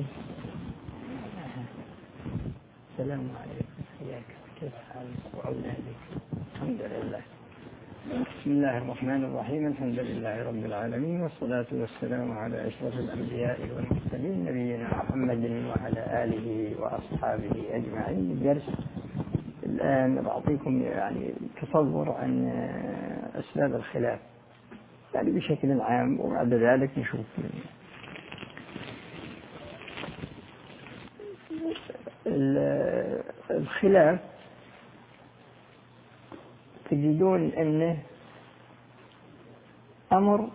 السلام عليكم، حياك، كيف حالك وأولادك؟ الحمد لله. بسم الله الرحمن الرحيم، الحمد لله رب العالمين، والصلاة والسلام على أشرف الأنبياء والمرسلين نبينا محمد وعلى آله وأصحابه أجمعين. الدرس الآن بعطيكم يعني تصور عن أسباب الخلاف يعني بشكل عام، وبعد ذلك نشوف الخلاف. تجدون أنه أمر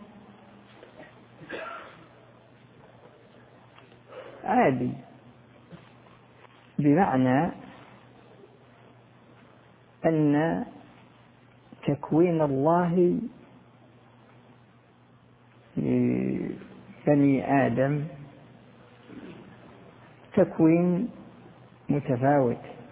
عادي، بمعنى أن تكوين الله لبني آدم تكوين متفاوت،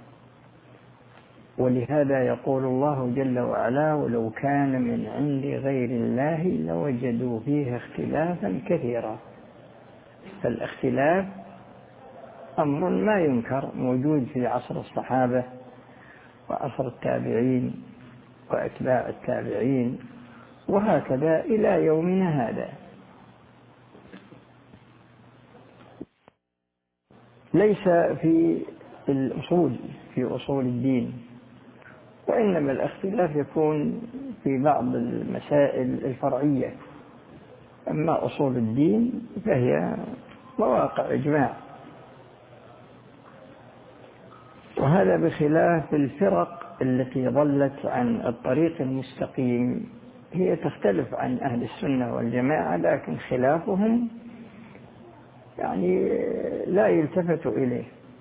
ولهذا يقول الله جل وعلا: ولو كان من عند غير الله لوجدوا فيه اختلافا كثيرا. فالاختلاف أمر ما ينكر، موجود في عصر الصحابة وعصر التابعين وأتباع التابعين، وهكذا إلى يومنا هذا. ليس في الأصول، في أصول الدين، وإنما الاختلاف يكون في بعض المسائل الفرعية. أما أصول الدين فهي مواقع إجماع، وهذا بخلاف الفرق التي ضلت عن الطريق المستقيم. هي تختلف عن أهل السنة والجماعة، لكن خلافهم يعني لا يلتفت إليه.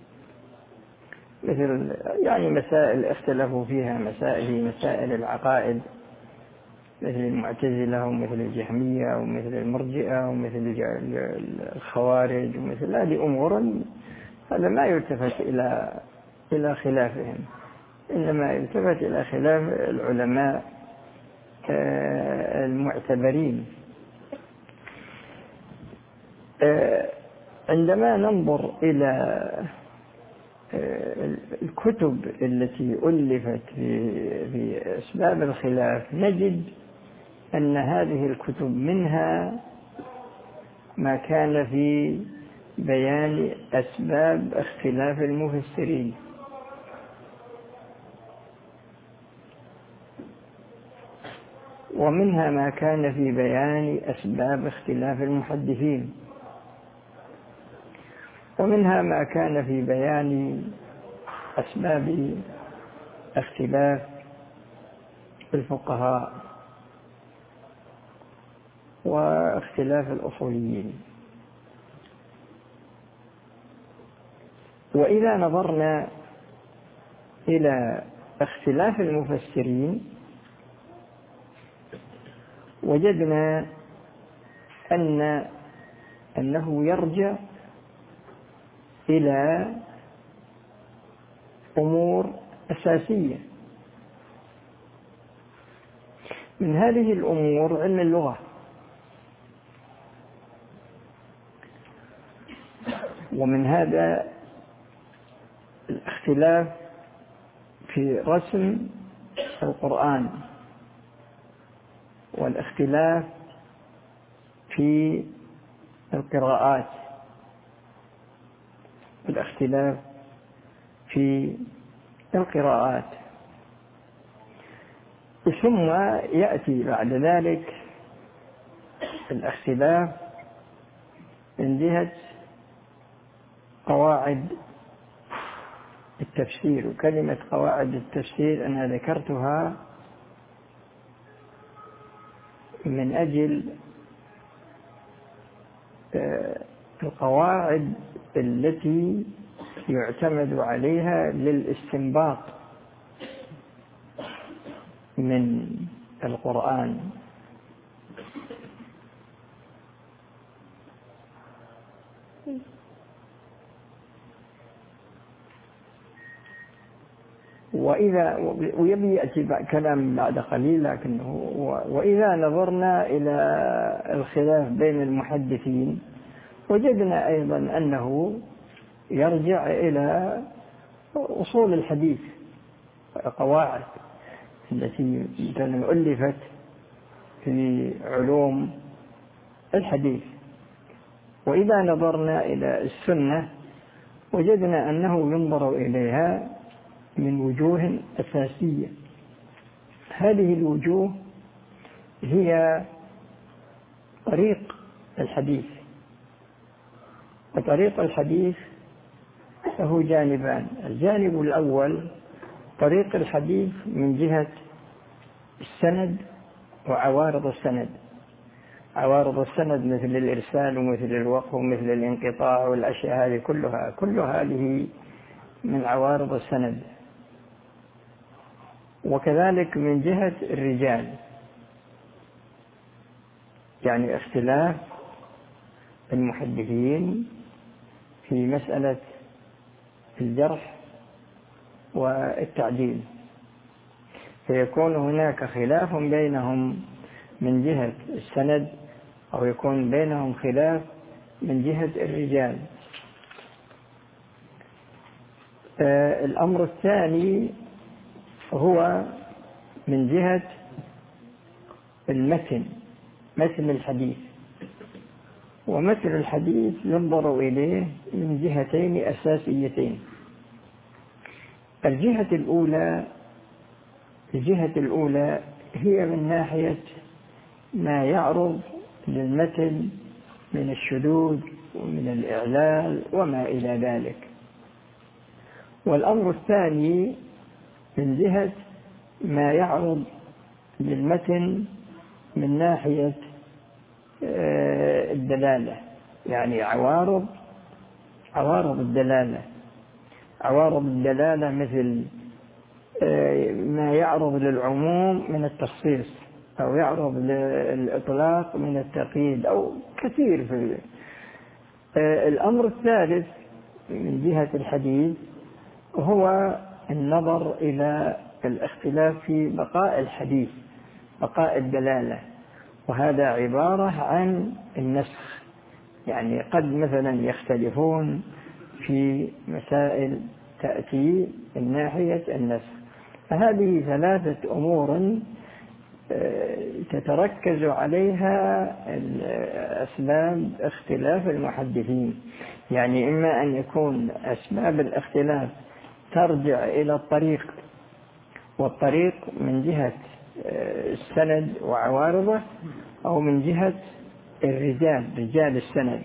مثل يعني مسائل اختلفوا فيها، مسائل العقائد، مثل المعتزلة ومثل الجهمية ومثل المرجئة ومثل الخوارج ومثل هذه أمور، هذا ما يلتفت إلى خلافهم، إنما يلتفت إلى خلاف العلماء المعتبرين. عندما ننظر إلى الكتب التي ألفت في أسباب الخلاف، نجد أن هذه الكتب منها ما كان في بيان أسباب اختلاف المفسرين، ومنها ما كان في بيان أسباب اختلاف المحدثين، ومنها ما كان في بيان أسباب اختلاف الفقهاء واختلاف الأصوليين. وإذا نظرنا إلى اختلاف المفسرين وجدنا أنه يرجع إلى أمور أساسية. من هذه الأمور علم اللغة، ومن هذا الاختلاف في رسم القرآن، والاختلاف في القراءات، والاختلاف في القراءات. ثم يأتي بعد ذلك الاختلاف من جهة قواعد التفسير. وكلمة قواعد التفسير أنا ذكرتها من أجل القواعد التي يعتمد عليها للاستنباط من القرآن. ويبي يأتي كلام بعد قليل، لكنه وإذا نظرنا إلى الخلاف بين المحدثين وجدنا أيضا أنه يرجع إلى أصول الحديث، قواعد التي مثلا ألفت في علوم الحديث. وإذا نظرنا إلى السنة وجدنا أنه ينظر إليها من وجوه أساسية. هذه الوجوه هي طريق الحديث، وطريق الحديث له جانبان. الجانب الأول طريق الحديث من جهة السند وعوارض السند. عوارض السند مثل الإرسال ومثل الوقف ومثل الانقطاع والأشياء هذه كل هذه من عوارض السند. وكذلك من جهة الرجال، يعني اختلاف المحدثين في مسألة الجرح والتعديل، فيكون هناك خلاف بينهم من جهة السند، أو يكون بينهم خلاف من جهة الرجال. الأمر الثاني هو من جهة المتن، متن الحديث. ومتن الحديث ينظر إليه من جهتين أساسيتين. الجهة الأولى هي من ناحية ما يعرض للمتن من الشذوذ ومن الإعلال وما إلى ذلك. والأمر الثاني من جهة ما يعرض للمتن من ناحية الدلالة، يعني عوارض الدلالة. عوارض الدلالة مثل ما يعرض للعموم من التخصيص، أو يعرض للإطلاق من التقييد، أو كثير في الأمر الثالث من جهة الحديث هو النظر إلى الاختلاف في بقاء الحديث، بقاء الدلالة. وهذا عبارة عن النسخ، يعني قد مثلا يختلفون في مسائل تأتي من ناحية النسخ. فهذه ثلاثة أمور تتركز عليها أسباب اختلاف المحدثين. يعني إما أن يكون أسباب الاختلاف ترجع إلى الطريق، والطريق من جهة السند وعوارضه، أو من جهة رجال السند.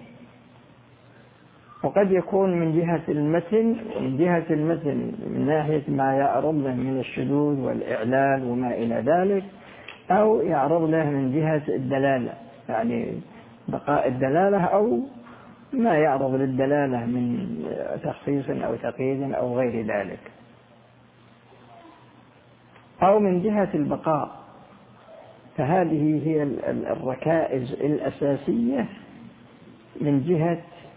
وقد يكون من جهة المتن من ناحية ما يعرض له من الشذوذ والإعلال وما إلى ذلك، أو يعرض له من جهة الدلالة، يعني بقاء الدلالة، أو ما يعرض للدلالة من تخصيص أو تقييد أو غير ذلك، أو من جهة البقاء. فهذه هي الركائز الأساسية من جهة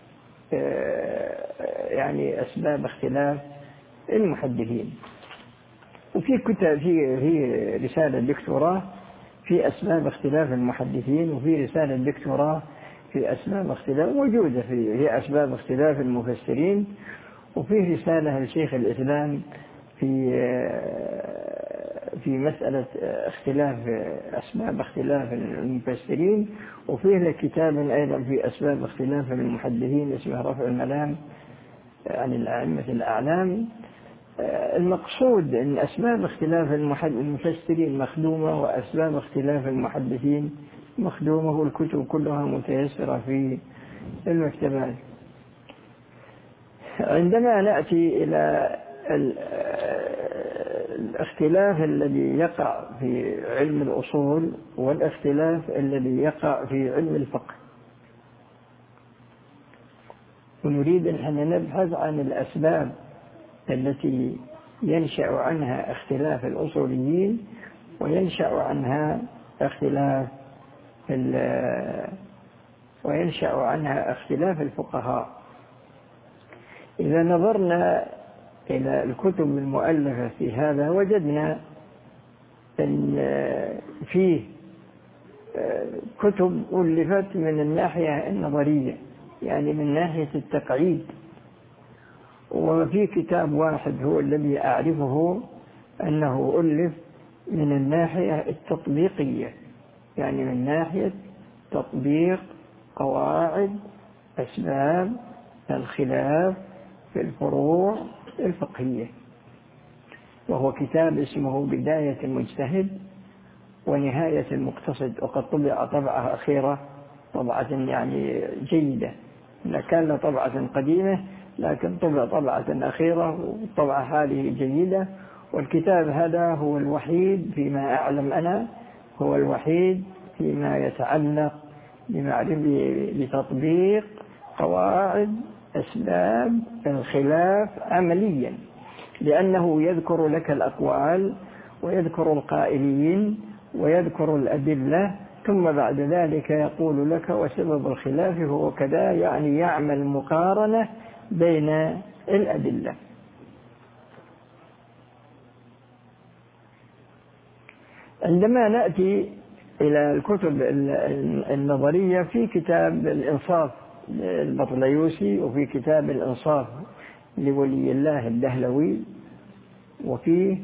يعني أسباب اختلاف المحدثين. وفي كتاب، في رسالة دكتوراه في أسباب اختلاف المحدثين، وفي رسالة دكتوراه في أسباب اختلاف موجودة في أسباب اختلاف المفسرين، وفي رسالة لشيخ الإسلام في مسألة أسباب اختلاف المفسرين، وفيه لكتاب أيضا في أسباب اختلاف المحدثين اسمه رفع الملام عن الأئمة الأعلام. المقصود أن أسباب اختلاف المفسرين مخدومة، وأسباب اختلاف المحدثين مخدومة، والكتب كلها متيسرة في المكتبات. عندما نأتي إلى الاختلاف الذي يقع في علم الأصول والاختلاف الذي يقع في علم الفقه، ونريد أن نبحث عن الأسباب التي ينشأ عنها اختلاف الأصوليين وينشأ عنها اختلاف الفقهاء. إذا نظرنا إلى الكتب المؤلفة في هذا وجدنا أن فيه كتب ألفت من الناحية النظرية، يعني من ناحية التقعيد. وفي كتاب واحد هو الذي أعرفه أنه ألف من الناحية التطبيقية، يعني من ناحية تطبيق قواعد أسباب الخلاف في الفروع الفقهية، وهو كتاب اسمه بداية المجتهد ونهاية المقتصد، وقد طبع طبعة أخيرة، طبعة يعني جيدة، كان طبعة قديمة لكن طبع طبعة أخيرة والطبعة هذه جيدة. والكتاب هذا هو الوحيد فيما أعلم أنا، هو الوحيد فيما يتعلق بتطبيق قواعد أسباب الخلاف عمليا، لأنه يذكر لك الأقوال ويذكر القائلين ويذكر الأدلة، ثم بعد ذلك يقول لك وسبب الخلاف هو كذا، يعني يعمل مقارنة بين الأدلة. عندما نأتي إلى الكتب النظرية، في كتاب الإنصاف البطليوسي، وفي كتاب الإنصاف لولي الله الدهلوي، وفي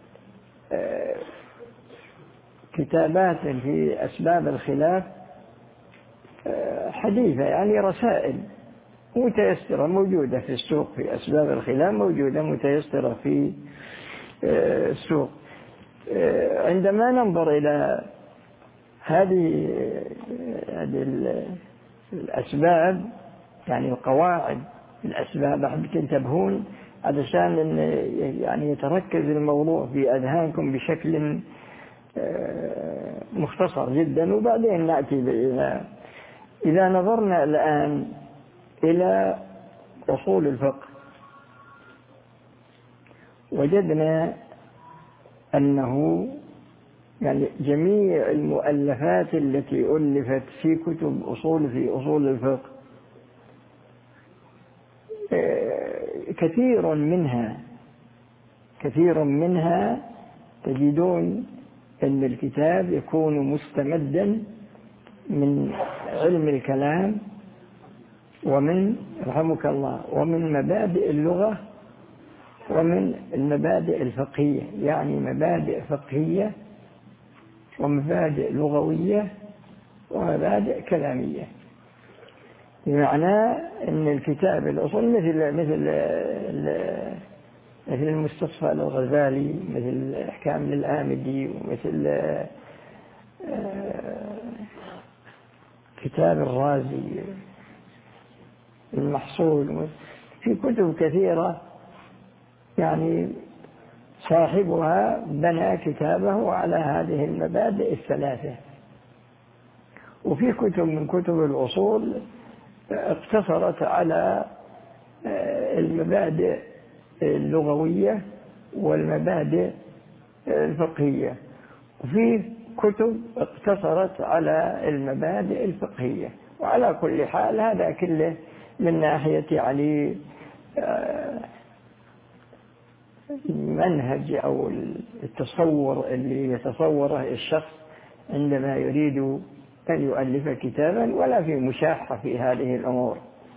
كتابات في أسباب الخلاف حديثة، يعني رسائل متيسرة موجودة في السوق، في أسباب الخلاف موجودة متيسرة في السوق. عندما ننظر إلى هذه الأسباب، يعني القواعد الأسباب، أحب تنتبهون علشان يعني يتركز الموضوع في أذهانكم بشكل مختصر جدا، وبعدين نأتي إذا نظرنا الآن إلى أصول الفقه، وجدنا أنه يعني جميع المؤلفات التي ألفت في كتب في أصول الفقه كثير منها تجدون أن الكتاب يكون مستمدا من علم الكلام ومن رحمك الله ومن مبادئ اللغة ومن المبادئ الفقهية، يعني مبادئ فقهية ومبادئ لغوية ومبادئ كلامية، بمعنى أن الكتاب الأصول مثل المستصفى للغزالي، مثل أحكام للآمدي، ومثل كتاب الرازي المحصول، في كتب كثيرة يعني صاحبها بنى كتابه على هذه المبادئ الثلاثة. وفي كتب من كتب الأصول اقتصرت على المبادئ اللغوية والمبادئ الفقهية، وفي كتب اقتصرت على المبادئ الفقهية. وعلى كل حال هذا كله من ناحية يعني منهج أو التصور اللي يتصوره الشخص عندما يريد أن يؤلف كتابا، ولا في مشاحة في هذه الأمور.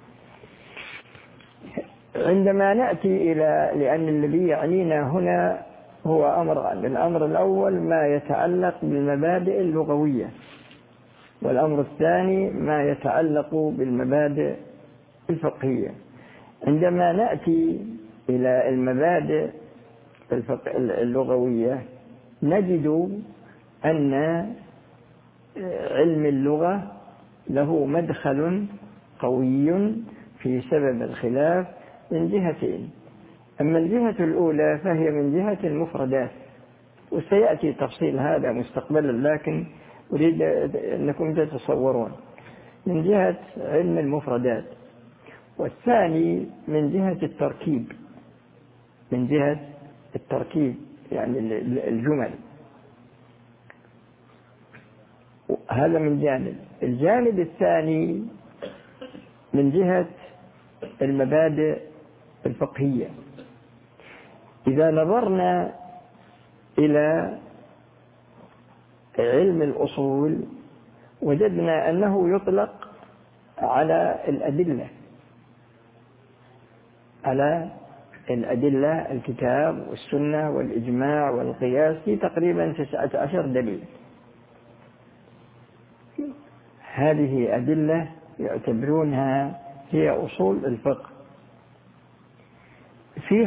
عندما نأتي لأن الذي يعنينا هنا هو أمران: الأمر الأول ما يتعلق بالمبادئ اللغوية، والأمر الثاني ما يتعلق بالمبادئ الفقهية. عندما نأتي إلى المبادئ اللغوية نجد أن علم اللغة له مدخل قوي في سبب الخلاف من جهتين. أما الجهة الأولى فهي من جهة المفردات، وسيأتي تفصيل هذا مستقبلا، لكن أريد أنكم تتصورون من جهة علم المفردات. والثاني من جهة التركيب، من جهة التركيب يعني الجمل. هذا من جانب. الجانب الثاني من جهة المبادئ الفقهية. إذا نظرنا إلى علم الأصول وجدنا أنه يطلق على الأدلة الكتاب والسنة والإجماع والقياس في تقريبا 19 دليل. هذه أدلة يعتبرونها هي أصول الفقه. في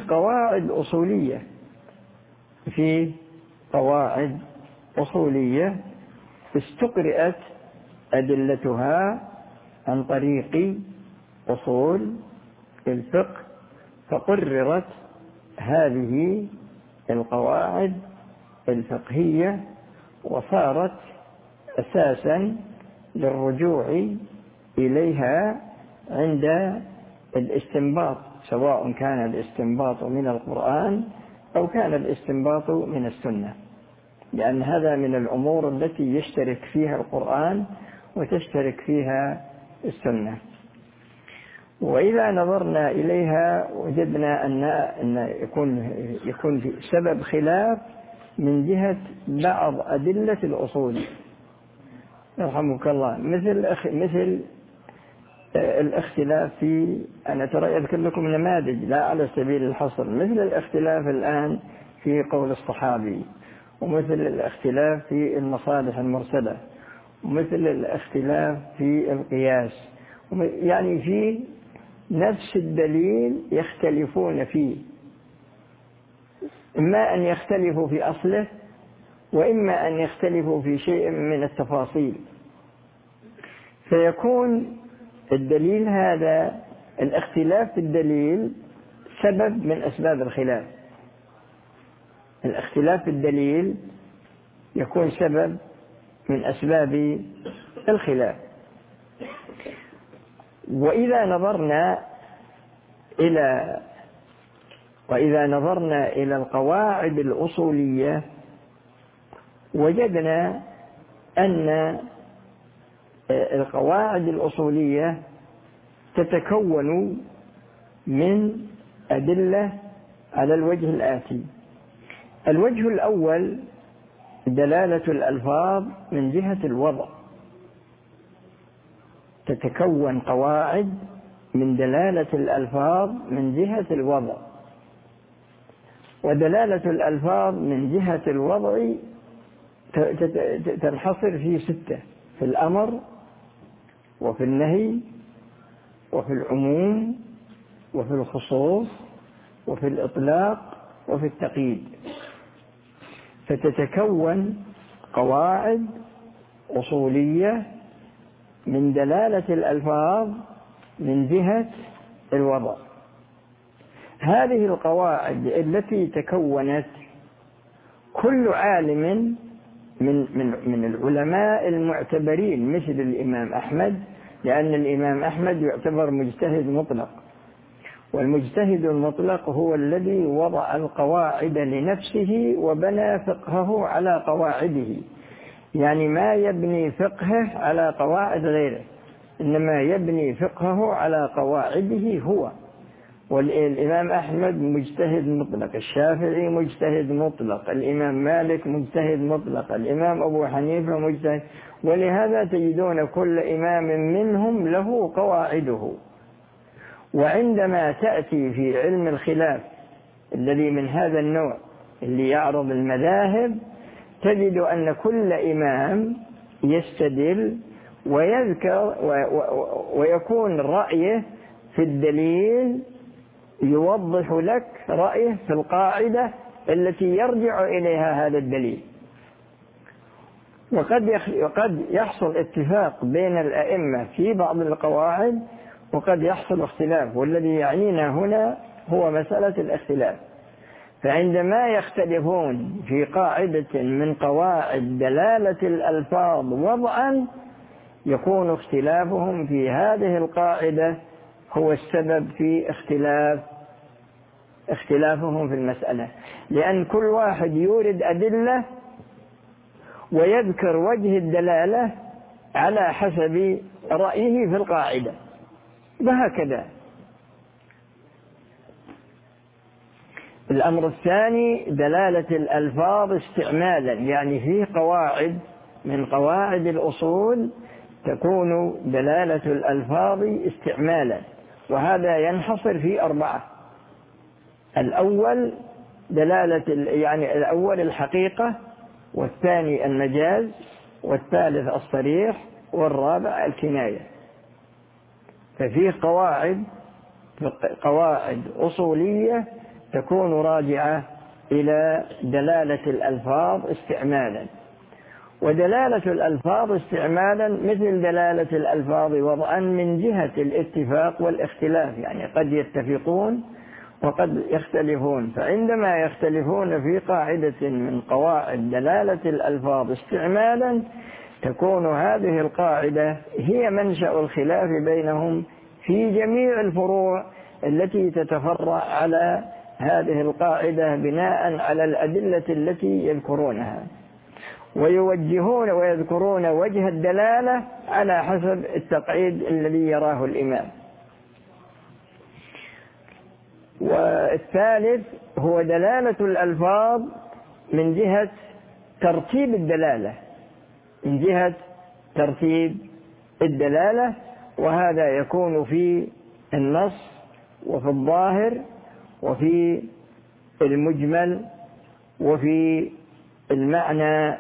قواعد أصولية استقرأت أدلتها عن طريق أصول الفقه، فقررت هذه القواعد الفقهية وصارت أساسا للرجوع إليها عند الاستنباط، سواء كان الاستنباط من القرآن أو كان الاستنباط من السنة، لأن هذا من الأمور التي يشترك فيها القرآن وتشترك فيها السنة. وإذا نظرنا إليها وجدنا أن يكون في سبب خلاف من جهة بعض أدلة الأصول، يرحمك الله، مثل الاختلاف في، أنا ترى أذكر لكم نماذج لا على سبيل الحصر، مثل الاختلاف الآن في قول الصحابي، ومثل الاختلاف في المصالح المرسلة، ومثل الاختلاف في القياس، يعني في نفس الدليل يختلفون فيه، إما أن يختلفوا في أصله وإما أن يختلفوا في شيء من التفاصيل، فيكون الدليل هذا، الاختلاف في الدليل سبب من أسباب الخلاف. الاختلاف في الدليل يكون سبب من أسباب الخلاف. وإذا نظرنا إلى القواعد الأصولية وجدنا أن القواعد الأصولية تتكون من أدلة على الوجه الآتي: الوجه الأول دلالة الألفاظ من جهة الوضع، تتكون قواعد من دلالة الألفاظ من جهة الوضع، ودلالة الألفاظ من جهة الوضع تنحصر في 6: في الأمر، وفي النهي، وفي العموم، وفي الخصوص، وفي الإطلاق، وفي التقييد. فتتكون قواعد أصولية من دلالة الألفاظ من جهة الوضع. هذه القواعد التي تكونت، كل عالم من العلماء المعتبرين مثل الإمام أحمد، لأن الإمام أحمد يعتبر مجتهد مطلق، والمجتهد المطلق هو الذي وضع القواعد لنفسه وبنى فقهه على قواعده، يعني ما يبني فقهه على قواعد غيره، إنما يبني فقهه على قواعده هو. والإمام أحمد مجتهد مطلق، الشافعي مجتهد مطلق، الإمام مالك مجتهد مطلق، الإمام أبو حنيفة مجتهد، ولهذا تجدون كل إمام منهم له قواعده. وعندما تأتي في علم الخلاف الذي من هذا النوع اللي يعرض المذاهب، تجد أن كل إمام يستدل ويذكر ويكون رأيه في الدليل يوضح لك رأيه في القاعدة التي يرجع إليها هذا الدليل. وقد يحصل اتفاق بين الأئمة في بعض القواعد، وقد يحصل اختلاف، والذي يعنينا هنا هو مسألة الاختلاف. فعندما يختلفون في قاعدة من قواعد دلالة الألفاظ وضعا، يكون اختلافهم في هذه القاعدة هو السبب في اختلافهم في المسألة، لأن كل واحد يورد أدلة ويذكر وجه الدلالة على حسب رأيه في القاعدة، وهكذا. الأمر الثاني دلالة الألفاظ استعمالا، يعني فيه قواعد من قواعد الأصول تكون دلالة الألفاظ استعمالا، وهذا ينحصر في 4. الأول الأول الحقيقة، والثاني المجاز، والثالث الصريح، والرابع الكناية. ففيه قواعد أصولية تكون راجعة إلى دلالة الألفاظ استعمالا. ودلالة الألفاظ استعمالا مثل دلالة الألفاظ وضعا من جهة الاتفاق والاختلاف، يعني قد يتفقون وقد يختلفون. فعندما يختلفون في قاعدة من قواعد دلالة الألفاظ استعمالا، تكون هذه القاعدة هي منشأ الخلاف بينهم في جميع الفروع التي تتفرع على هذه القاعدة بناء على الأدلة التي يذكرونها، ويوجهون ويذكرون وجه الدلالة على حسب التقعيد الذي يراه الإمام. والثالث هو دلالة الألفاظ من جهة ترتيب الدلالة، وهذا يكون في النص وفي الظاهر وفي المجمل وفي المعنى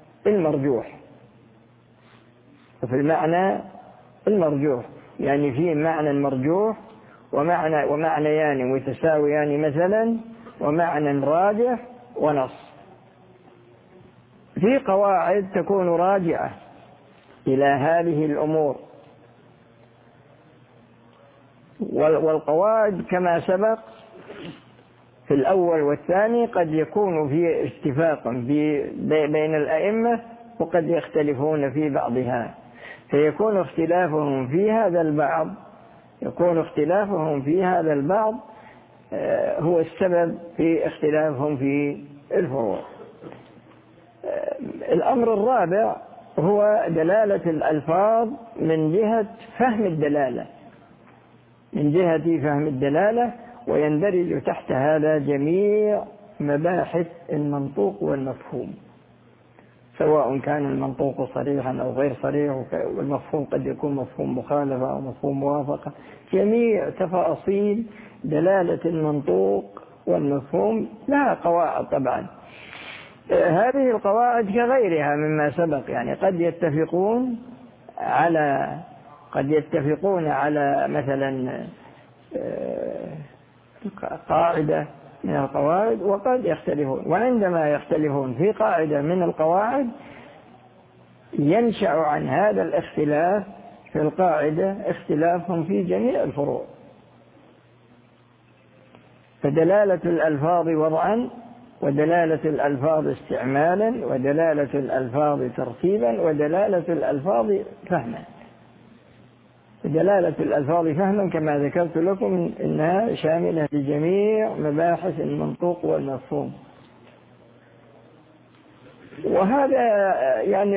المرجوح. يعني في معنى مرجوح ومعنيان متساويان مثلا، ومعنى راجح ونص. في قواعد تكون راجعة إلى هذه الأمور، والقواعد كما سبق في الأول والثاني قد يكون في اتفاق بين الأئمة، وقد يختلفون في بعضها، فيكون اختلافهم في هذا البعض هو السبب في اختلافهم في الفروع. الأمر الرابع هو دلالة الألفاظ من جهة فهم الدلالة، ويندرج تحت هذا جميع مباحث المنطوق والمفهوم، سواء كان المنطوق صريحا أو غير صريح، والمفهوم قد يكون مفهوم مخالفة أو مفهوم موافقة. جميع تفاصيل دلالة المنطوق والمفهوم لها قواعد طبعا. هذه القواعد كغيرها مما سبق، يعني قد يتفقون على مثلا قاعدة من القواعد، وقد يختلفون. وعندما يختلفون في قاعدة من القواعد ينشأ عن هذا الاختلاف في القاعدة اختلافهم في جميع الفروع. فدلالة الألفاظ وضعا، ودلالة الألفاظ استعمالا، ودلالة الألفاظ ترتيبا، ودلالة الألفاظ فهما. دلالة الألفاظ فهما كما ذكرت لكم إنها شاملة لجميع مباحث المنطوق والمفهوم. وهذا يعني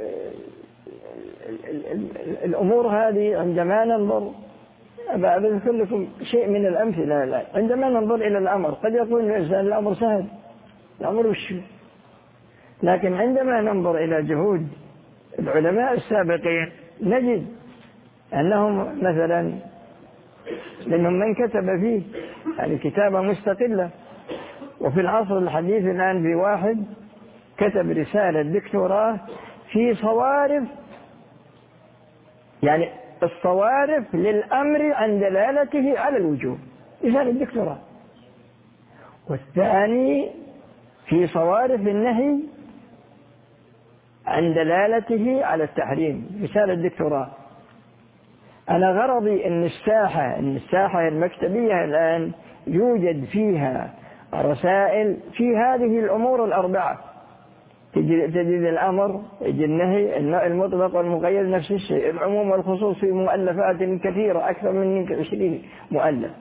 الأمور هذه عندما ننظر، أذكر لكم شيء من الأمثلة الآن. عندما ننظر إلى الأمر قد يقول الإنسان الأمر سهل، الأمر وش، لكن عندما ننظر إلى جهود العلماء السابقين نجد أنهم مثلا منهم من كتب فيه يعني كتابة مستقلة. وفي العصر الحديث الآن في واحد كتب رسالة دكتوراه في صوارف، يعني الصوارف للأمر عن دلالته على الوجوب، رسالة الدكتوراه. والثاني في صوارف النهي عن دلالته على التحريم، رسالة الدكتوراه. أنا غرضي أن الساحة المكتبية الآن يوجد فيها رسائل في هذه الأمور الأربعة. تجد الأمر، تجد النهي، المطلق والمقيد نفس الشيء، العموم والخصوص في مؤلفات كثيرة أكثر من 20 مؤلف.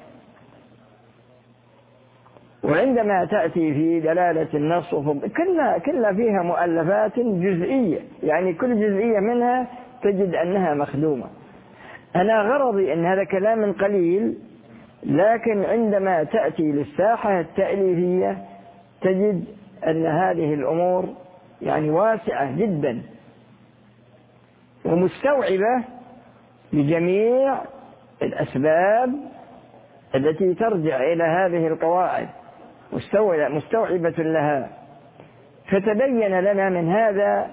وعندما تأتي في دلالة النص كلها فيها مؤلفات جزئية، يعني كل جزئية منها تجد أنها مخدومة. أنا غرضي أن هذا كلام قليل، لكن عندما تأتي للساحة التأليفية تجد أن هذه الأمور يعني واسعة جدا. ومستوعبة لجميع الأسباب التي ترجع إلى هذه القواعد، مستوعبة لها. فتبين لنا من هذا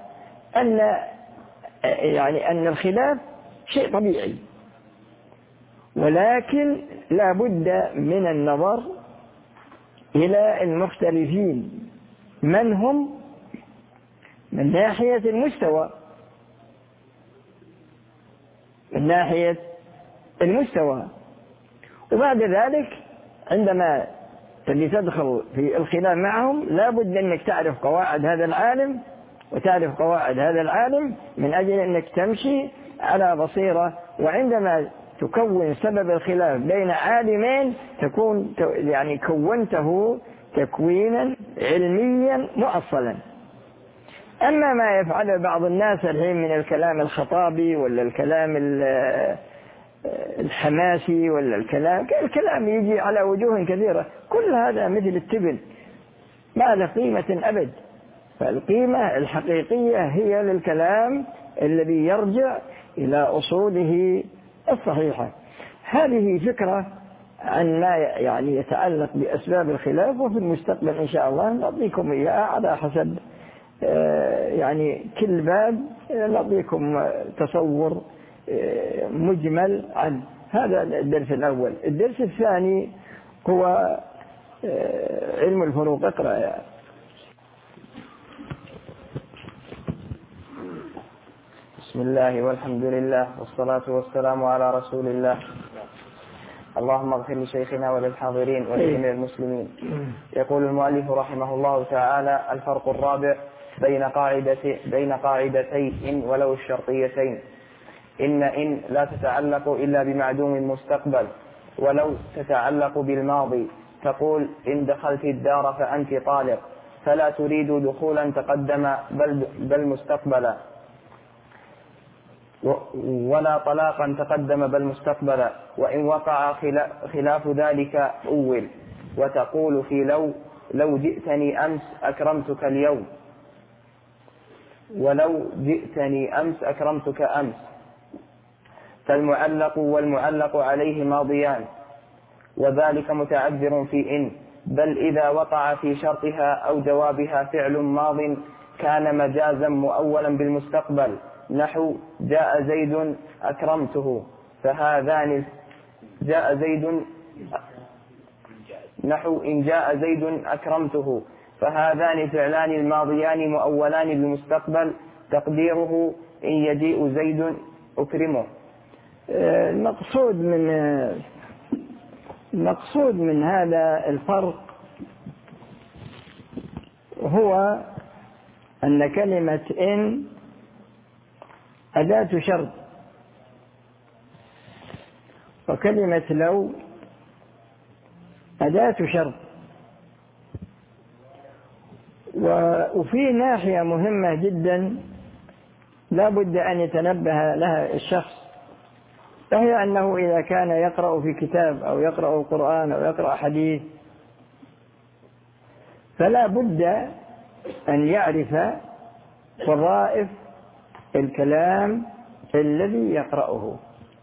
أن الخلاف شيء طبيعي، ولكن لا بد من النظر إلى المختلفين من هم من ناحية المستوى، من ناحية المستوى. وبعد ذلك عندما تدخل في الخلاف معهم لا بد أنك تعرف قواعد هذا العالم وتعرف قواعد هذا العالم من أجل أنك تمشي على بصيرة. وعندما تكون سبب الخلاف بين عالمين تكون كونته تكوينا علميا مؤصلا. أما ما يفعله بعض الناس الحين من الكلام الخطابي ولا الكلام الحماسي ولا الكلام يجي على وجوه كثيرة، كل هذا مثل التبن ما له قيمة أبد. فالقيمة الحقيقية هي للكلام الذي يرجع إلى أصوله الصحيحة. هذه فكرة عن ما يتعلق بأسباب الخلاف، وفي المستقبل إن شاء الله نعطيكم إياها على حسب كل باب نعطيكم تصور مجمل عن هذا. الدرس الأول. الدرس الثاني هو علم الفروق. اقرأ يا. بسم الله والحمد لله والصلاة والسلام على رسول الله. اللهم اغفر لشيخنا وللحاضرين ولجميع المسلمين. يقول المؤلف رحمه الله تعالى: الفرق الرابع بين قاعدتي إن ولو الشرطيتين. إن لا تتعلق إلا بمعدوم المستقبل، ولو تتعلق بالماضي. تقول: إن دخلت الدار فأنت طالق، فلا تريد دخولا تقدم بل مستقبلا، ولا طلاقا تقدم بل مستقبلا. وإن وقع خلاف ذلك أول. وتقول في لو جئتني أمس أكرمتك اليوم، ولو جئتني أمس أكرمتك أمس. فالمعلق والمعلق عليه ماضيان، وذلك متعذر في إن. بل إذا وقع في شرطها أو جوابها فعل ماض كان مجازا مؤولا بالمستقبل، نحو جاء زيد أكرمته، فهذان جاء زيد نحو إن جاء زيد أكرمته، فهذان فعلان الماضيان مؤولان بالمستقبل، تقديره إن يجيء زيد أكرمه. المقصود من هذا الفرق هو أن كلمة إن أداة شرط، وكلمة لو أداة شرط. وفي ناحية مهمة جدا لا بد أن يتنبه لها الشخص، وهي أنه إذا كان يقرأ في كتاب أو يقرأ القرآن أو يقرأ حديث فلا بد أن يعرف وظائف الكلام الذي يقرأه.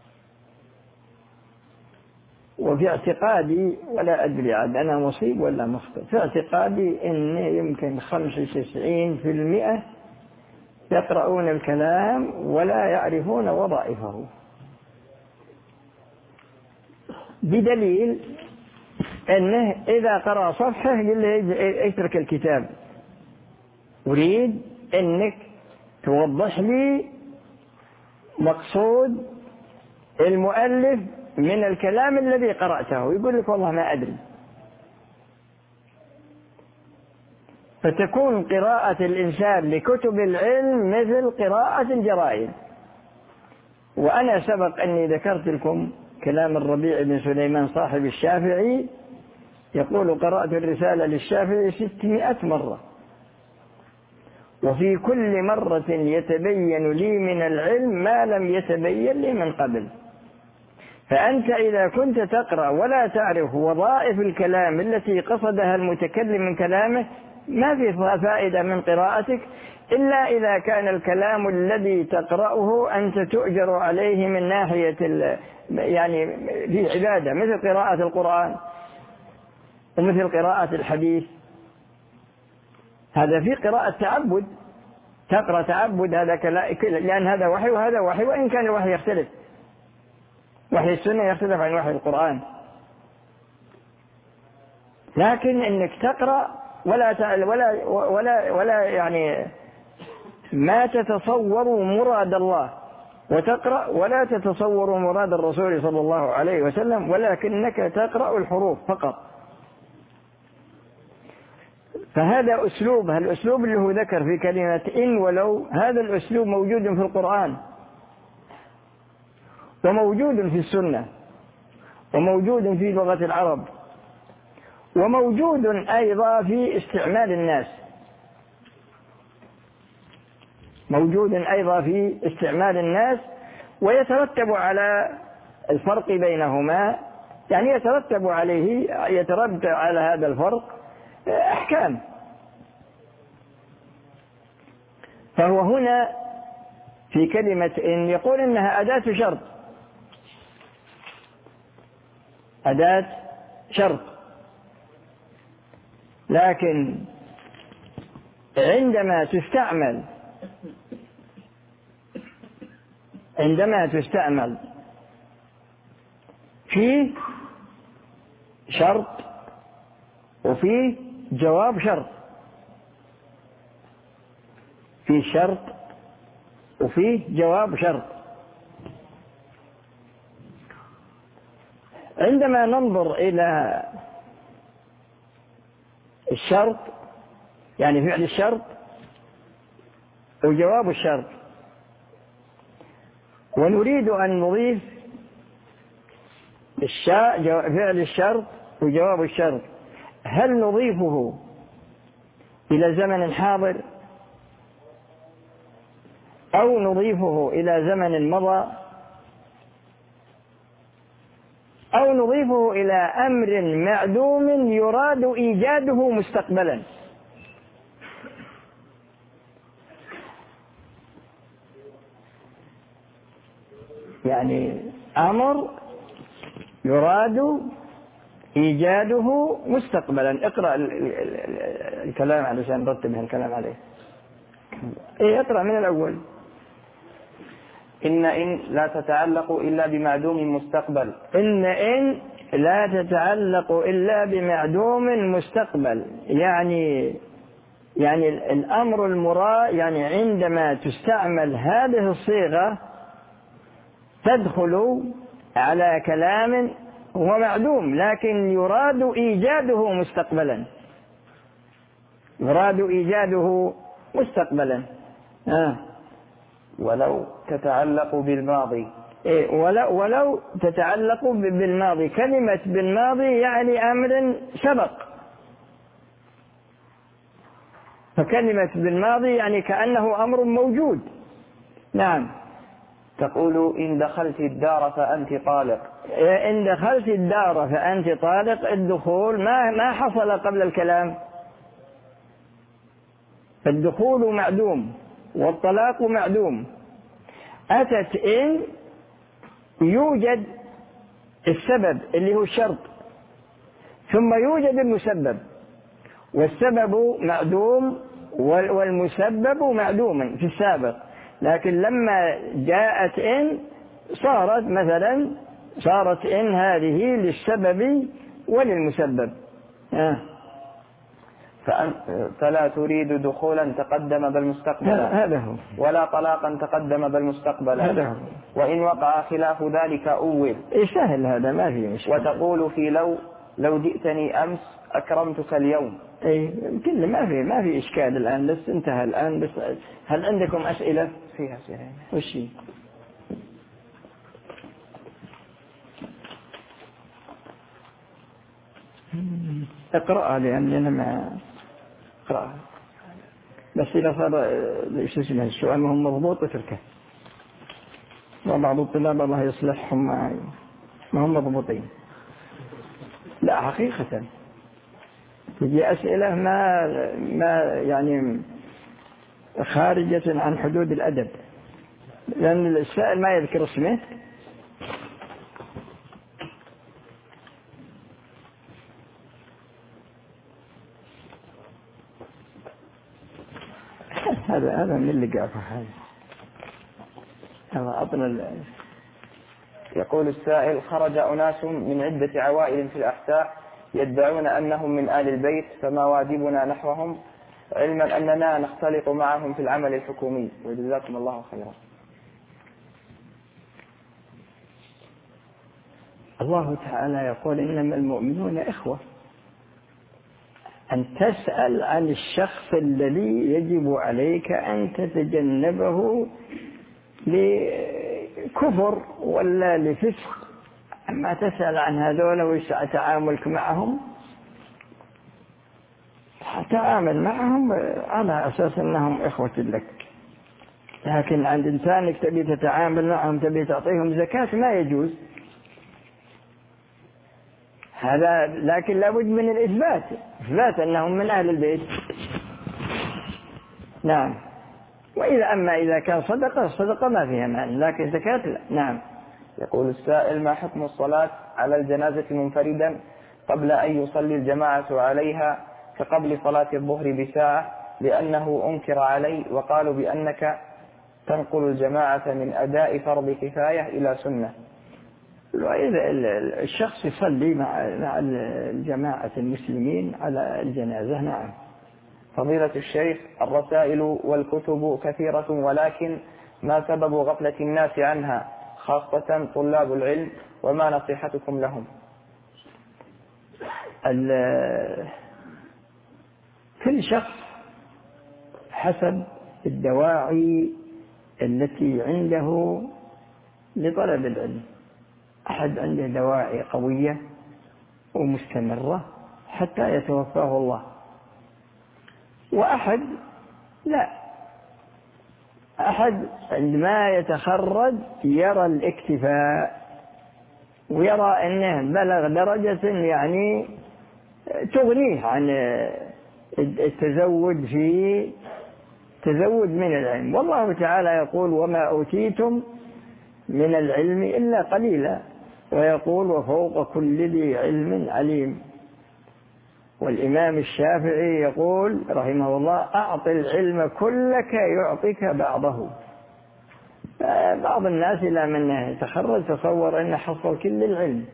وفي اعتقادي، ولا أدري عاد أنا مصيب ولا مخطئ، في اعتقادي أن يمكن 95% يقرؤون الكلام ولا يعرفون وظائفه، بدليل أنه إذا قرأ صفحة يقول له اترك الكتاب، أريد أنك توضح لي مقصود المؤلف من الكلام الذي قرأته، يقول لك والله ما أدري. فتكون قراءة الإنسان لكتب العلم مثل قراءة الجرائد. وأنا سبق أني ذكرت لكم كلام الربيع بن سليمان صاحب الشافعي، يقول: قرأت الرسالة للشافعي 600 مرة، وفي كل مرة يتبين لي من العلم ما لم يتبين لي من قبل. فأنت إذا كنت تقرأ ولا تعرف وظائف الكلام التي قصدها المتكلم من كلامه ما في فائدة من قراءتك إلا إذا كان الكلام الذي تقرأه أنت تؤجر عليه من ناحية يعني في عبادة، مثل قراءة القرآن ومثل قراءة الحديث. هذا في قراءة تعبد، تقرأ تعبد، هذا لأن هذا وحي وهذا وحي، وإن كان الوحي يختلف، وحي السنة يختلف عن وحي القرآن. لكن إنك تقرأ ولا يعني ما تتصور مراد الله، وتقرأ ولا تتصور مراد الرسول صلى الله عليه وسلم، ولكنك تقرأ الحروف فقط. فهذا أسلوب، الأسلوب اللي هو ذكر في كلمة إن ولو، هذا الأسلوب موجود في القرآن وموجود في السنة وموجود في لغة العرب وموجود أيضا في استعمال الناس، موجود أيضا في استعمال الناس، ويترتب على الفرق بينهما، يعني يترتب على هذا الفرق أحكام. فهو هنا في كلمة إن يقول إنها أداة شرط، أداة شرط، لكن عندما تستعمل في شرط وفي جواب شرط، في شرط وفي جواب شرط. عندما ننظر إلى الشرط، يعني فعل الشرط وجواب الشرط، ونريد أن نضيف فعل الشرط وجواب الشرط، هل نضيفه إلى زمن حاضر أو نضيفه إلى زمن مضى أو نضيفه إلى أمر معدوم يراد إيجاده مستقبلا؟ يعني أمر يراد إيجاده مستقبلا. اقرأ الكلام علشان نرتب الكلام عليه. اقرأ من الأول. إن لا تتعلق إلا بمعدوم مستقبل. إن لا تتعلق إلا بمعدوم مستقبل، يعني الأمر المراد، يعني عندما تستعمل هذه الصيغة تدخل على كلام هو معدوم لكن يراد إيجاده مستقبلا، يراد إيجاده مستقبلا. ولو تتعلق بالماضي. ولو تتعلق بالماضي. كلمة بالماضي يعني أمر سبق، فكلمة بالماضي يعني كأنه أمر موجود. نعم. تقول إن دخلت الدار فأنت طالق. إن دخلت الدار فأنت طالق، الدخول ما حصل قبل الكلام، الدخول معدوم والطلاق معدوم. أتت إن يوجد السبب اللي هو الشرط، ثم يوجد المسبب، والسبب معدوم والمسبب معدوما في السابق، لكن لما جاءت إن صارت إن هذه للسبب وللمسبب. فلا تريد دخولا تقدم بل مستقبلا، هذا هو، ولا طلاقا تقدم بل مستقبلا، هذا هو. وإن وقع خلاف ذلك أول. سهل هذا، ما فيه مشكلة. وتقول في لو جئتني أمس أكرمتك اليوم. كله ما في إشكال الآن، بس انتهى الآن. بس هل عندكم أسئلة؟ فيها أسئلة. وش هي؟ اقرأها لأننا ما اقرأها، بس إذا صار السؤال ما هو مضبوط اتركه، وبعض الطلاب الله يصلحهم ما هم مضبوطين. لا حقيقة تجي أسئلة ما يعني خارجة عن حدود الأدب، لأن السائل ما يذكر اسمه. هذا من اللي قافه هذا أطنى. يقول السائل: خرج أناس من عدة عوائل في الأحساء يدعون أنهم من آل البيت، فما واجبنا نحوهم، علما أننا نختلط معهم في العمل الحكومي؟ وجزاكم الله خيرا. الله تعالى يقول: إنما المؤمنون إخوة. أن تسأل عن الشخص الذي يجب عليك أن تتجنبه لكفر ولا لفسق، أما تسأل عن هذول وش تعاملك معهم، تعامل معهم على أساس أنهم إخوة لك. لكن عند إنسانك تبي تتعامل معهم، تبي تعطيهم زكاة، ما يجوز هذا. لكن لابد من الإثبات، إثبات أنهم من أهل البيت. نعم. أما إذا كان صدقة ما فيها معنى، لكن زكاة لا. نعم. يقول السائل: ما حكم الصلاة على الجنازة منفردا قبل أن يصلي الجماعة عليها كقبل صلاة الظهر بساعة، لأنه أنكر علي وقالوا بأنك تنقل الجماعة من أداء فرض كفاية إلى سنة؟ وإذا الشخص يصلي مع الجماعة المسلمين على الجنازة. نعم. فضيلة الشيخ، الرسائل والكتب كثيرة، ولكن ما سبب غفلة الناس عنها خاصة طلاب العلم، وما نصيحتكم لهم؟ كل شخص حسب الدواعي التي عنده لطلب العلم. أحد عنده دواعي قوية ومستمرة حتى يتوفاه الله، وأحد لا. أحد عندما يتخرج يرى الاكتفاء ويرى أنه بلغ درجة يعني تغنيه عن التزود من العلم. والله تعالى يقول: وما أوتيتم من العلم إلا قليلا، ويقول: وفوق كل ذي علم عليم. والإمام الشافعي يقول رحمه الله: أعط العلم كلك يعطيك بعضه. بعض الناس إلى من يتخرج تصور أنه حصل كل العلم،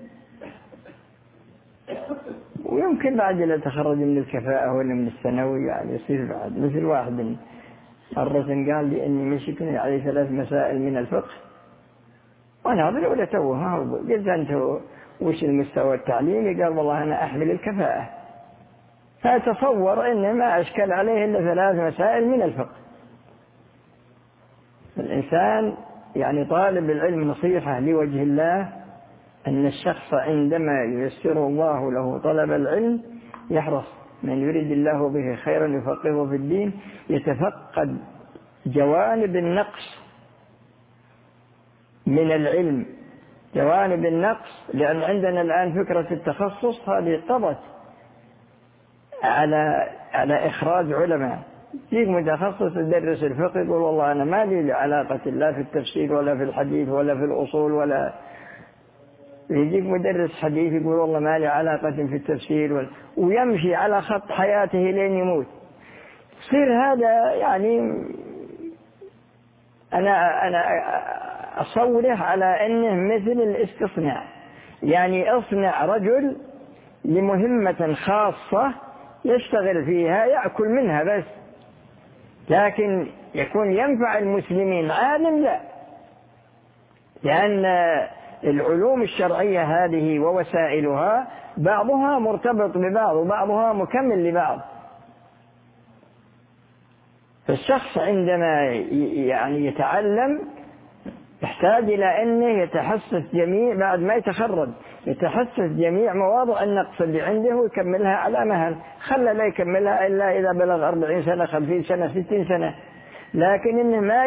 ويمكن بعد إلى تخرج من الكفاءة ولا من الثانوي يعني يصير بعد. مثل واحد مرة قال لي إني مشكني عليه 3 مسائل من الفقه، وأنا هذا ولا توه. قلت: أنت وش المستوى التعليمي؟ قال: والله أنا أحمل الكفاءة. فتصور إن ما أشكل عليه إلا 3 مسائل من الفقه. الإنسان يعني طالب العلم نصيحة لوجه الله أن الشخص عندما ييسر الله له طلب العلم يحرص، من يريد الله به خيرا يفقهه في الدين، يتفقد جوانب النقص من العلم، جوانب النقص. لأن عندنا الآن فكرة التخصص هذه طبت على إخراج علماء. يجيك متخصص يدرس الفقه يقول: والله أنا ما لي علاقة لا في التفسير ولا في الحديث ولا في الأصول ولا. يجيك مدرس حديث يقول: والله ما لي علاقة في التفسير ويمشي على خط حياته لين يموت. يصير هذا يعني أنا أصوره على أنه مثل الاستصناع، يعني أصنع رجل لمهمة خاصة يشتغل فيها يأكل منها بس، لكن يكون ينفع المسلمين عالم لا. لأن العلوم الشرعية هذه ووسائلها بعضها مرتبط ببعض وبعضها مكمل لبعض. فالشخص عندما يعني يتعلم يحتاج إلى أنه يتحسس جميع، بعد ما يتخرج يتحسس جميع مواضع النقص اللي عنده ويكملها على مهل. خلى لا يكملها إلا إذا بلغ 40 سنة 50 سنة 60 سنة، لكن إنه ما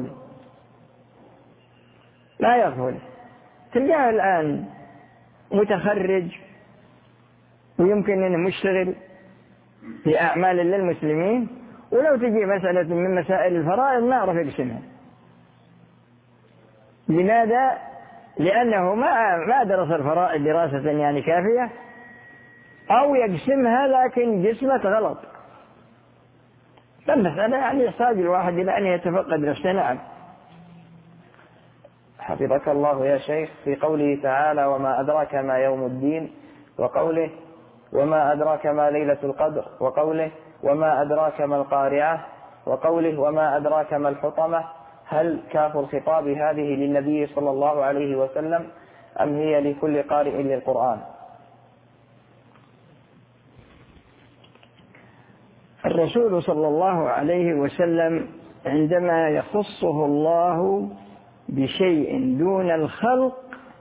يغفل. تلقاه الآن متخرج ويمكن أنه مشتغل في أعمال للمسلمين، ولو تجي مسألة من مسائل الفرائض ما عرف يقسمها. لماذا؟ لأنه ما درس الفرائض دراسة يعني كافية، أو يقسمها لكن قسمة غلط. فالمسألة يعني يحتاج الواحد إلى أن يتفقد نفسه. نعم. حفظك الله يا شيخ، في قوله تعالى وما أدراك ما يوم الدين، وقوله وما أدراك ما ليلة القدر، وقوله وما أدراك ما القارعة، وقوله وما أدراك ما الحطمة، هل كاف الخطاب هذه للنبي صلى الله عليه وسلم أم هي لكل قارئ للقرآن؟ الرسول صلى الله عليه وسلم عندما يخصه الله بشيء دون الخلق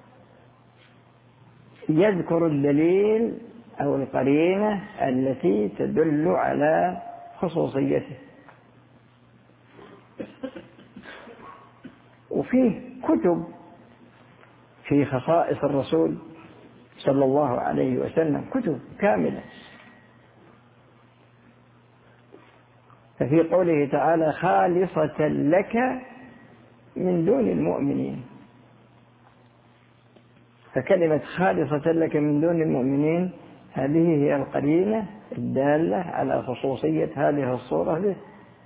يذكر الدليل أو القرينة التي تدل على خصوصيته. وفيه كتب في خصائص الرسول صلى الله عليه وسلم، كتب كاملة. ففي قوله تعالى خالصة لك من دون المؤمنين، فكلمة خالصة لك من دون المؤمنين هذه هي القرينة الدالة على خصوصية هذه الصورة به.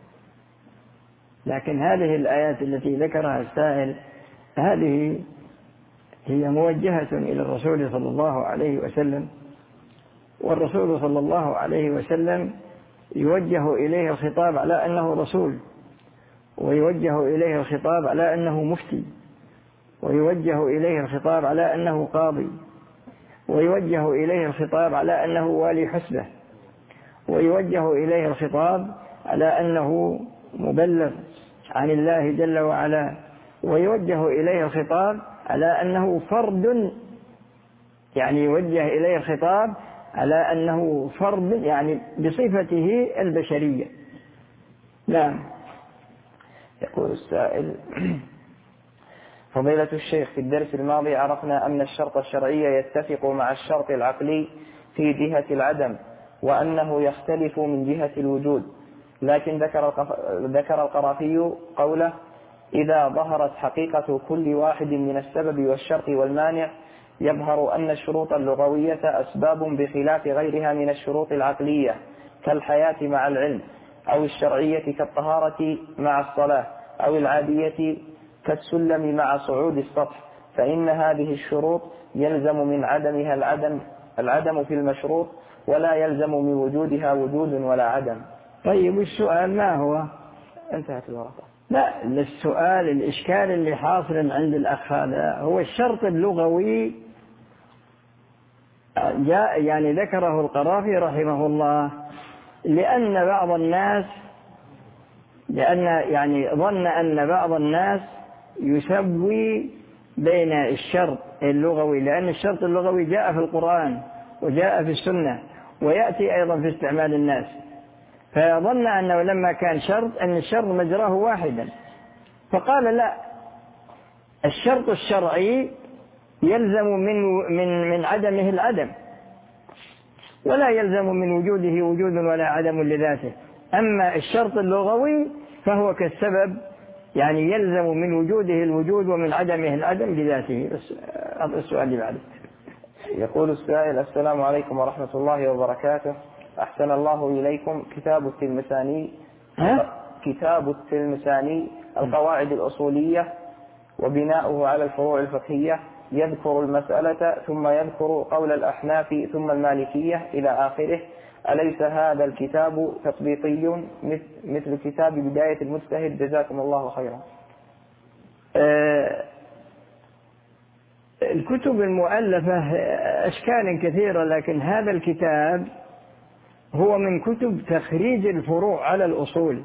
لكن هذه الآيات التي ذكرها السائل هذه هي موجهة إلى الرسول صلى الله عليه وسلم، والرسول صلى الله عليه وسلم يوجه إليه الخطاب على أنه رسول، ويوجه إليه الخطاب على أنه مفتي، ويوجه إليه الخطاب على أنه قاضي، ويوجه إليه الخطاب على أنه والي حسبة، ويوجه إليه الخطاب على أنه مبلغ عن الله جل وعلا، ويوجه إليه الخطاب على أنه فرد، يعني يوجه إليه الخطاب على أنه فرد يعني بصفته البشرية. نعم. يقول السائل فضيلة الشيخ، في الدرس الماضي عرفنا أن الشرط الشرعي يتفق مع الشرط العقلي في جهة العدم، وأنه يختلف من جهة الوجود، لكن ذكر القرافي قوله إذا ظهرت حقيقة كل واحد من السبب والشرط والمانع يظهر أن الشروط اللغوية أسباب بخلاف غيرها من الشروط العقلية كالحياة مع العلم، أو الشرعية كالطهارة مع الصلاة، أو العادية كالسلم مع صعود السطح، فإن هذه الشروط يلزم من عدمها العدم في المشروط، ولا يلزم من وجودها وجود ولا عدم. طيب السؤال ما هو؟ انتهت الورقة. لا، السؤال الإشكال اللي حاصل عند الأخ هذا هو الشرط اللغوي جاء يعني ذكره القرافي رحمه الله لأن ظن أن بعض الناس يسوي بين الشرط اللغوي، لأن الشرط اللغوي جاء في القرآن وجاء في السنة ويأتي أيضا في استعمال الناس، فظن أنه لما كان شرط أن الشرط مجراه واحدا، فقال لا، الشرط الشرعي يلزم من عدمه العدم، ولا يلزم من وجوده وجود ولا عدم لذاته. أما الشرط اللغوي فهو كالسبب، يعني يلزم من وجوده الوجود ومن عدمه العدم لذاته. بس السؤال اللي بعده. يقول السائل السلام عليكم ورحمة الله وبركاته، أحسن الله إليكم، كتاب التلمساني القواعد الأصولية وبناؤه على الفروع الفقهية يذكر المسألة ثم يذكر قول الأحناف ثم المالكية إلى آخره، أليس هذا الكتاب تطبيقي مثل كتاب بداية المجتهد؟ جزاكم الله خيرا. الكتب المؤلفة أشكال كثيرة، لكن هذا الكتاب هو من كتب تخريج الفروع على الأصول،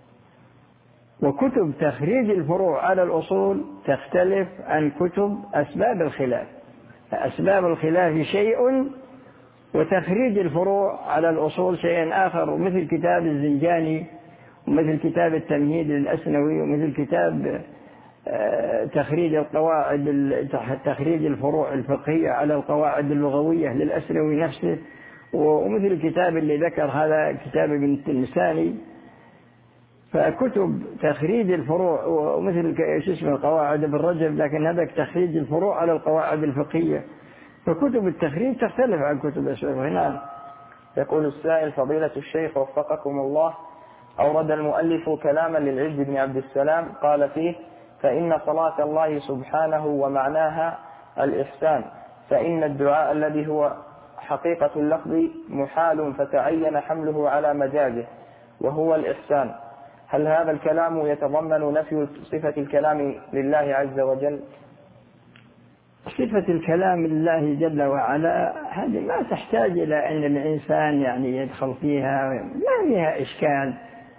وكتب تخريج الفروع على الأصول تختلف عن كتب أسباب الخلاف. أسباب الخلاف شيء وتخريج الفروع على الأصول شيء آخر، مثل كتاب الزنجاني ومثل كتاب التمهيد للأسنوي ومثل كتاب تخريج الفروع الفقهية على القواعد اللغوية للأسنوي نفسه، ومثل الكتاب اللي ذكر هذا كتاب ابن التلمساني، فكتب تخريج الفروع ومثل القواعد ابن رجب، لكن هذا تخريج الفروع على القواعد الفقهية، فكتب التخريج تختلف عن كتب الشرح. نعم. يقول السائل: فضيلة الشيخ وفقكم الله، أورد المؤلف كلاما للعز بن عبد السلام قال فيه: فإن صلاة الله سبحانه ومعناها الإحسان، فإن الدعاء الذي هو حقيقة اللفظ محال فتعين حمله على مجازه وهو الإحسان. هل هذا الكلام يتضمن نفي صفة الكلام لله عز وجل؟ صفة الكلام لله جل وعلا هذه ما تحتاج إلى أن الإنسان يعني يدخل فيها، ما فيها إشكال،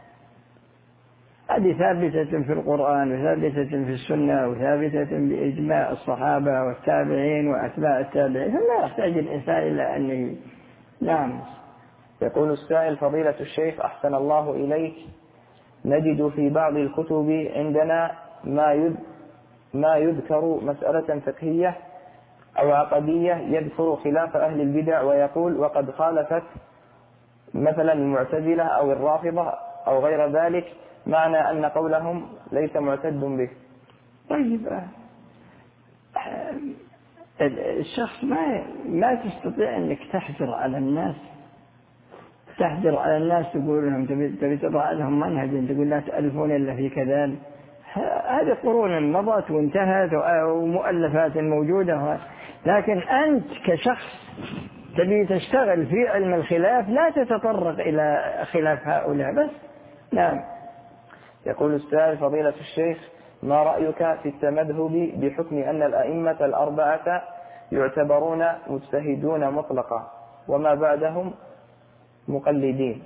هذه ثابتة في القرآن وثابتة في السنة وثابتة بإجماع الصحابة والتابعين وأتباع التابعين، فلا يحتاج الإنسان إلى أن نعم. يقول السائل: فضيلة الشيخ أحسن الله إليك، نجد في بعض الكتب عندنا ما يذكر مسألة فقهية أو عقدية يذكر خلاف أهل البدع ويقول وقد خالفت مثلا المعتزلة أو الرافضة أو غير ذلك، معنى أن قولهم ليس معتد به. طيب الشخص ما تستطيع أنك تحجر على الناس، تقول لهم تبي تضع لهم منهج، تقول لا تألفون إلا في كذلك. هذه قرون مضت وانتهت ومؤلفات موجودة، لكن أنت كشخص تبي تشتغل في علم الخلاف لا تتطرق إلى خلاف هؤلاء بس. نعم. يقول السائل: فضيلة الشيخ، ما رأيك في التمذهب بحكم أن الأئمة الأربعة يعتبرون مجتهدون مطلقا وما بعدهم مقلدين؟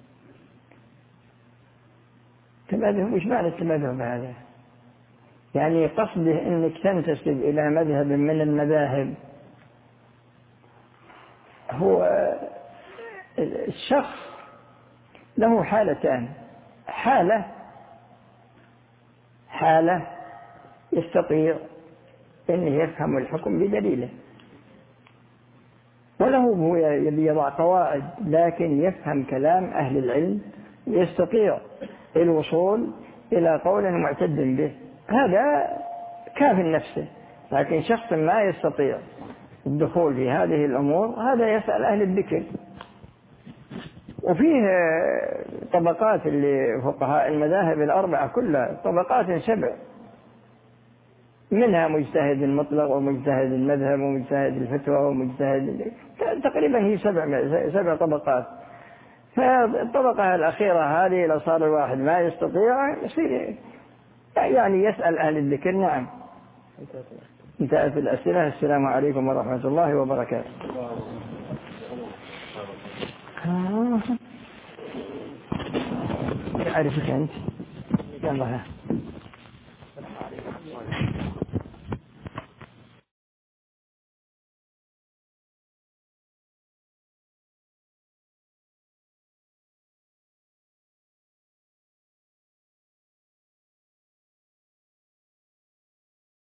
تمذهب، وش معنى التمذهب هذا؟ يعني قصده أنك تنتسب إلى مذهب من المذاهب. هو الشخص له حالتان: حالة يستطيع أن يفهم الحكم بدليله، وله هو يضع قواعد لكن يفهم كلام أهل العلم ويستطيع الوصول إلى قول معتد به، هذا كاف نفسه. لكن شخص ما يستطيع الدخول في هذه الأمور هذا يسأل أهل الذكر. وفيه طبقات اللي فقهاء المذاهب الأربعة كلها طبقات 7، منها مجتهد المطلق ومجتهد المذهب ومجتهد الفتوى ومجتهد، تقريبا هي 7 طبقات. فالطبقة الأخيرة هذه لو صار الواحد ما يستطيع يصير يعني يسأل أهل الذكر. نعم. انتهت الأسئلة. السلام عليكم ورحمة الله وبركاته. أعرفك أنت. يلا.